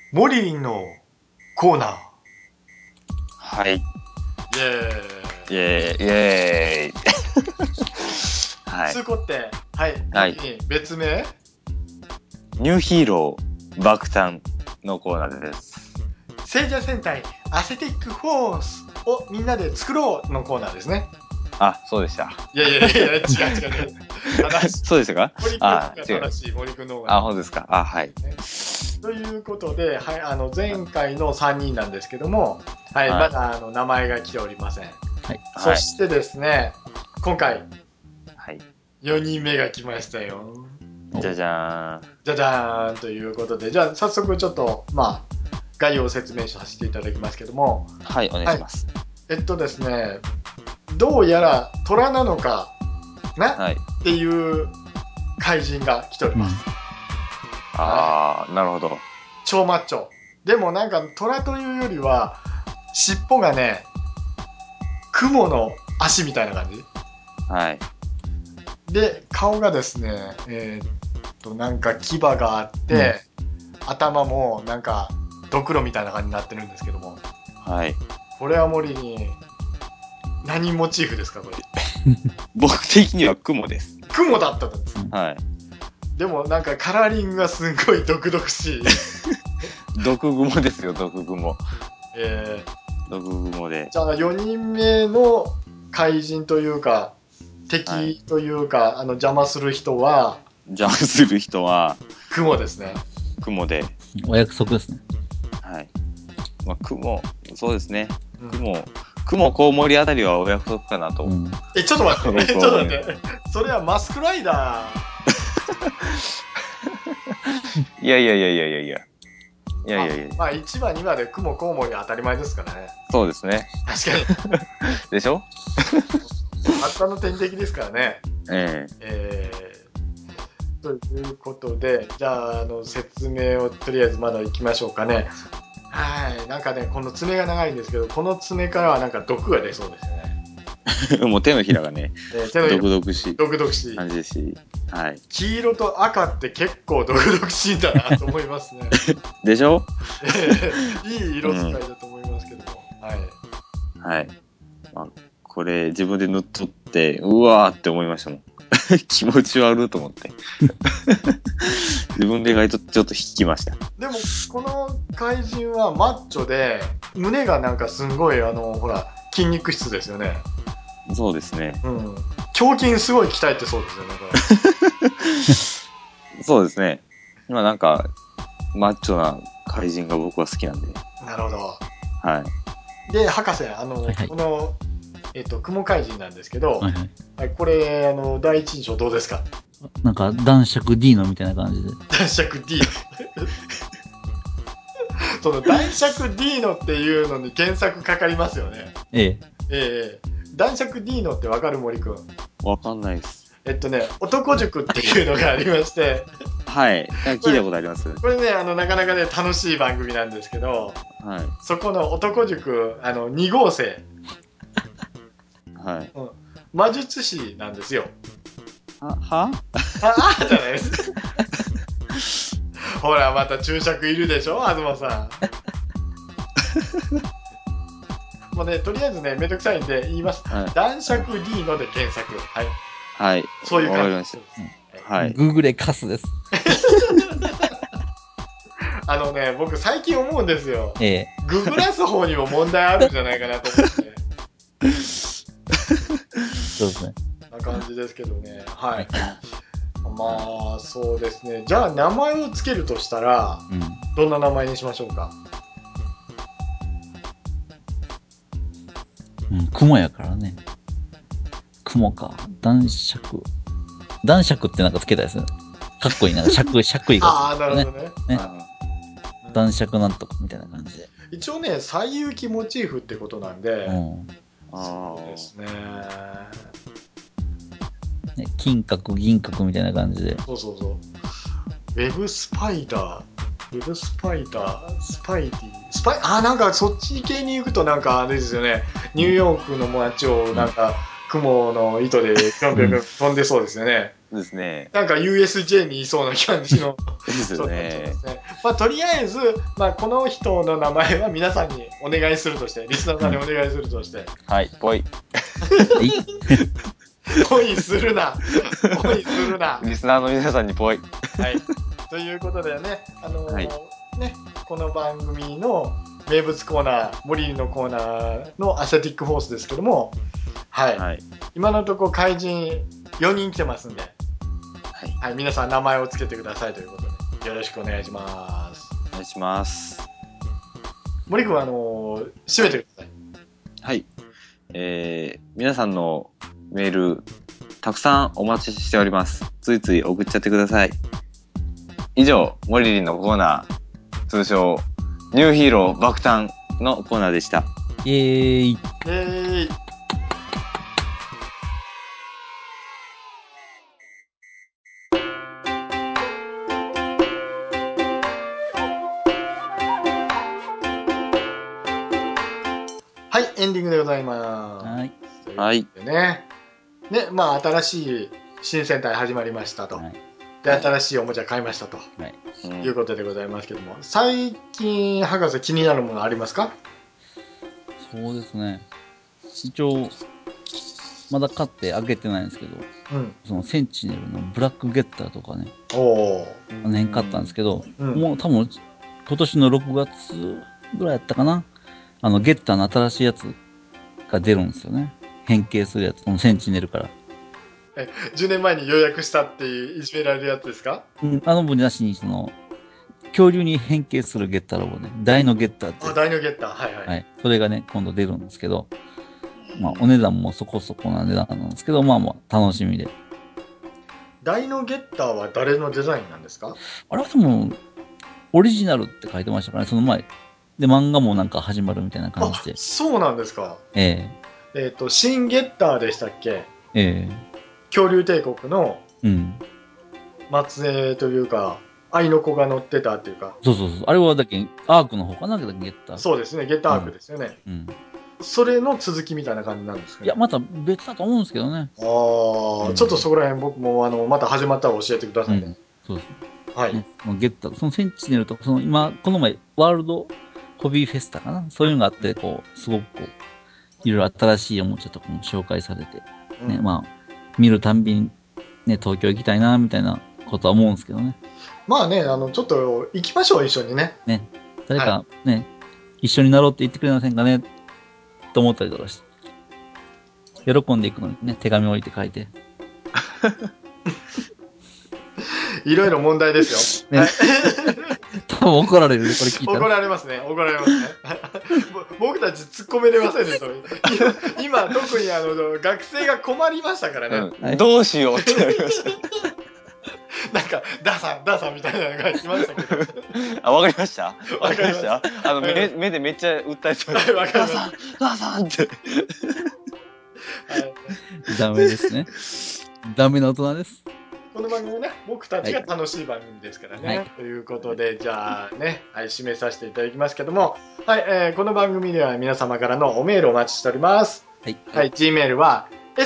モリリンのコーナー。 はい。イイエーイ。 ェーイ。イェーイ。はい。 通行って、はい。 はい。 別名ニューヒーロー爆誕のコーナーです。 聖者戦隊アセティックフォースをみんなで作ろうのコーナーですね。 あ、そうでした。 いや、違う。 そうでしたか？ 森くんが正しい、森くんの方が。 あ、本当ですか？あ、はい。 ということで、はい、前回の3人なんですけども、はい、まだ名前が来ておりません。はい。そしてですね、今回、 はい。 4人目が来ましたよ。 じゃじゃーん。 じゃじゃーんということで、じゃあ早速ちょっと、概要を説明させていただきますけども。 はい、お願いします。 ですね、どうやら虎なのかな、 はい、 っていう怪人が来ております。 あー、なるほど。 超マッチョ。でもなんか虎というよりは、尻尾がね、雲の足みたいな感じ。 はい。 で、顔がですね、なんか牙があって、頭もなんかドクロみたいな感じになってるんですけども。 はい。 これは森に、何モチーフですかこれ？ 僕的には雲です。 雲だったんです。 はい。 でもなんかカラーリングがすんごい毒々しい。 毒雲ですよ、毒雲。毒雲で。 じゃあ4人目の怪人というか、敵というか、邪魔する人は、 邪魔する人は、 雲ですね。 雲で。 お約束ですね。 はい。まあ、雲、そうですね。雲コウモリあたりはお約束かなと。 ちょっと待って、それはマスクライダー。 いや。 まあ1話2話で雲コウモリ当たり前ですからね。 そうですね。 確かに。 でしょ？ あったの天敵ですからね。ということで、じゃあ、説明をとりあえずまだ行きましょうかね。はい。なんかね、この爪が長いんですけど、この爪からはなんか毒が出そうですよね。 もう手のひらがね、毒々しい。 毒々しい。 感じですし。はい。 黄色と赤って結構毒々しいんだなと思いますね。 でしょ？ いい色使いだと思いますけども。はい。 はい。まあ、これ自分で塗っとって、うわーって思いましたもん。気持ち悪いと思って。自分で意外とちょっと引きました。 でも、この怪人はマッチョで、胸がなんかすんごい、ほら、筋肉質ですよね。 そうですね。 胸筋すごい鍛えてそうですよね、これ。そうですね。まあなんか、マッチョな怪人が僕は好きなんで。 なるほど。 はい。 で、博士、この、雲怪人なんですけど、これ、第一印象どうですか？ なんか、男爵 D のみたいな感じで。 男爵 D の。その男爵 D のっていうのに検索かかりますよね。男爵 D のってわかる森くん？ わかんないです。 男塾っていうのがありまして。 はい。聞いたことあります。 これね、なかなかね、楽しい番組なんですけど、 はい。 そこの男塾、2号生。 はい。 魔術師なんですよ。 はじゃないです。ほら、また注釈いるでしょ、東さん。もうね、とりあえずね、めんどくさいんで言います。男爵 D ので検索。はい。 はい。 そういう感じです。 はい。グーグレカスです。 僕最近思うんですよ。ググらす方にも問題あるんじゃないかなと思って。 そうですね。 な感じですけどね。はい。まあ、そうですね。じゃあ、名前をつけるとしたら、どんな名前にしましょうか？ 雲やからね。雲か。男爵。男爵ってなんかつけたいですね。かっこいいな。爵位が。 ああ、なるほどね。 男爵なんとかみたいな感じで。 一応ね、西遊記モチーフってことなんで、そうですね。 金閣、銀閣みたいな感じで。 そう。ウェブスパイダー、スパイディ、なんかそっち系に行くとなんかあれですよね。ニューヨークの街をなんか雲の糸でぴょんぴょん飛んでそうですよね。 ですね。 なんか USJ にいそうな感じの。 ですよね。 ですね。まあ、とりあえず、まあ、この人の名前は皆さんにお願いするとして、リスナーさんにお願いするとして。 はい、ぽい。 ぽいするな。ぽいするな。 リスナーの皆さんにぽい。 はい。ということでね、 はいね、この番組の名物コーナー、森のコーナーのアセティックフォースですけども、はい。 はい。 今のところ怪人4人来てますんで、 はい。 はい、皆さん名前をつけてくださいということで、よろしくお願いします。 お願いします。 森君は締めてください。 はい。皆さんのメール、たくさんお待ちしております。ついつい送っちゃってください。以上、モリリンのコーナー、通称、ニューヒーロー爆誕のコーナーでした。 イエーイ。 はい、エンディングでございます。 はい。 はい。 ね、まあ新しい新戦隊始まりましたと。 はい。 で、新しいおもちゃ買いましたと。 はい。 いうことでございますけども、最近博士気になるものありますか？ そうですね。一応、まだ買って開けてないんですけど、そのセンチネルのブラックゲッターとかね、年買ったんですけど、もう多分今年の6月ぐらいやったかな。ゲッターの新しいやつが出るんですよね。変形するやつ、このセンチネルから。 10年前に予約したっていじめられるやつですか？ 分なしに、恐竜に変形するゲッターロボね、大のゲッターって。 大のゲッター、はいはい。 はい。それがね、今度出るんですけど、まあ、お値段もそこそこな値段なんですけど、まあ楽しみで。 大のゲッターは誰のデザインなんですか？ あれはでも、オリジナルって書いてましたからね、その前。で、漫画もなんか始まるみたいな感じで。 そうなんですか。 新ゲッターでしたっけ？恐竜帝国の末裔というか、愛の子が乗ってたっていうか。 そう。あれはだけ、アークの方かな、ゲッター。 そうですね、ゲッターアークですよね。それの続きみたいな感じなんですかね。 いや、また別だと思うんですけどね。 ちょっとそこら辺僕もまた始まったら教えてくださいね。 そうです。 はい。 ゲッター、そのセンチネルとか、今、この前、ワールドホビーフェスタかな、そういうのがあって、すごくいろいろ新しいおもちゃとかも紹介されて、ね、まあ、見るたんびに、ね、東京行きたいな、みたいなことは思うんですけどね。 まあね、ちょっと行きましょう、一緒にね。 ね、誰かね、一緒になろうって言ってくれませんかね、と思ったりとかして。喜んでいくのにね、手紙を置いて書いて。 いろいろ問題ですよ。ね、 多分怒られるね、これ聞いたら。 怒られますね。僕たち突っ込めれませんね、それ。今、特に学生が困りましたからね。 どうしようってなりました。 なんか、ダーさんみたいなのが来ましたけど。 わかりました？わかりました？目でめっちゃ訴えてました。 わかりました。 ダーさんって。 ダメですね。ダメな大人です。 この番組はね、僕たちが楽しい番組ですからね。はい、ということで、じゃあね、はい、締めさせていただきますけども、はい、この番組では皆様からのおメールをお待ちしております。はい。はい、Gmail は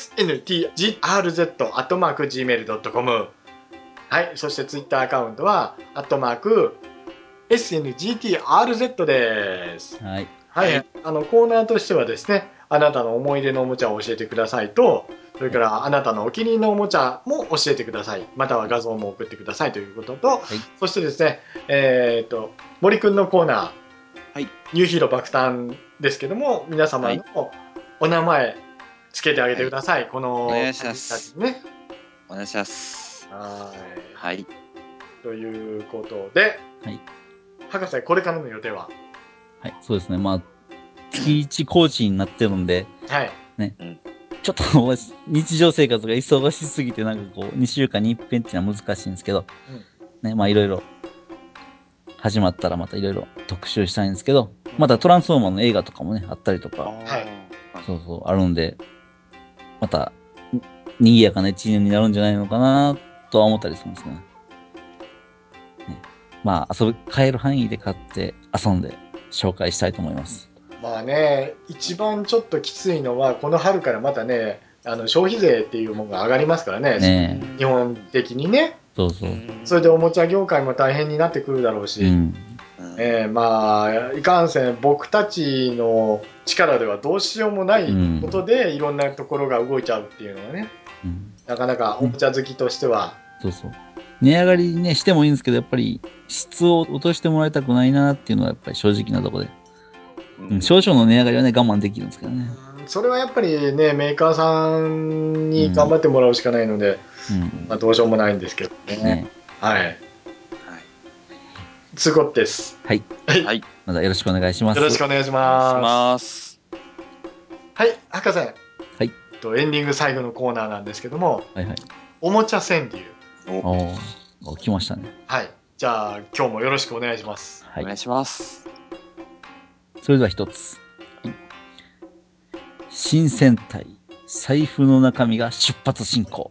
sntgrz@gmail.com。はい、そして Twitter アカウントは、@sngtrz です。はい。はい。コーナーとしてはですね、あなたの思い出のおもちゃを教えてくださいと、それからあなたのお気に入りのおもちゃも教えてください。または画像も送ってくださいということと、はい、そしてですね、森くんのコーナー、はい、ニューヒーロー爆誕ですけども、皆様のお名前つけてあげてください。はい、この、お願いします。ね。 お願いします。はい。 ということで、はい、博士、これからの予定は？ はい、そうですね。まあ、月1更新になってるんで、はい。ね。ちょっと日常生活が忙しすぎて、なんか2週間に一遍っていうのは難しいんですけど、ね、まあいろいろ、始まったらまたいろいろ特集したいんですけど、またトランスフォーマーの映画とかもね、あったりとか、はい。そう、あるんで、また、賑やかな一年になるんじゃないのかな、とは思ったりするんですね。まあ、買える範囲で買って遊んで紹介したいと思います。 まあね、一番ちょっときついのは、この春からまたね、 消費税っていうものが上がりますからね、日本的にね。 そうそう。 それでおもちゃ業界も大変になってくるだろうし、まあいかんせん僕たちの力ではどうしようもないことで、いろんなところが動いちゃうっていうのはね、なかなかおもちゃ好きとしては、 そうそう。値上がりねしてもいいんですけど、やっぱり質を落としてもらいたくないなっていうのはやっぱり正直なところで、少々の値上がりはね我慢できるんですけどね。それはやっぱりねメーカーさんに頑張ってもらうしかないので、まあ、どうしようもないんですけどね。はい。そういうことです。 はい。はい。またよろしくお願いします。 よろしくお願いします。はい、博士。はい。エンディング最後のコーナーなんですけども、はいはい。おもちゃ川柳。 来ましたね。 はい。じゃあ今日もよろしくお願いします。 はい。お願いします。 それでは一つ。新戦隊、財布の中身が出発進行。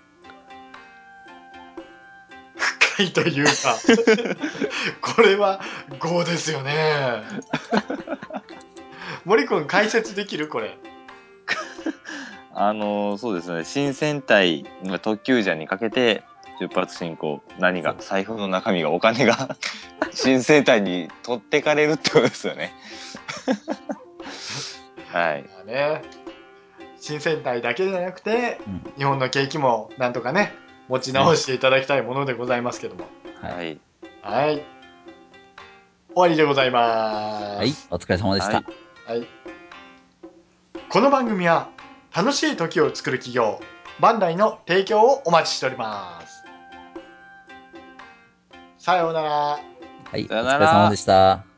深いというかこれは5ですよね。森君解説できるこれ。 そうですね。新戦隊特急ジャーにかけて出発進行。何が財布の中身がお金が新戦隊に取ってかれるってことですよね。はい。 まあね、新戦隊だけじゃなくて、日本の景気もなんとかね持ち直していただきたいものでございますけども。 はい。 はい。終わりでございます。 はい。お疲れ様でした。 はい。この番組は楽しい時を作る企業バンダイの提供をお待ちしております。さようなら。 はい。お疲れ様でした。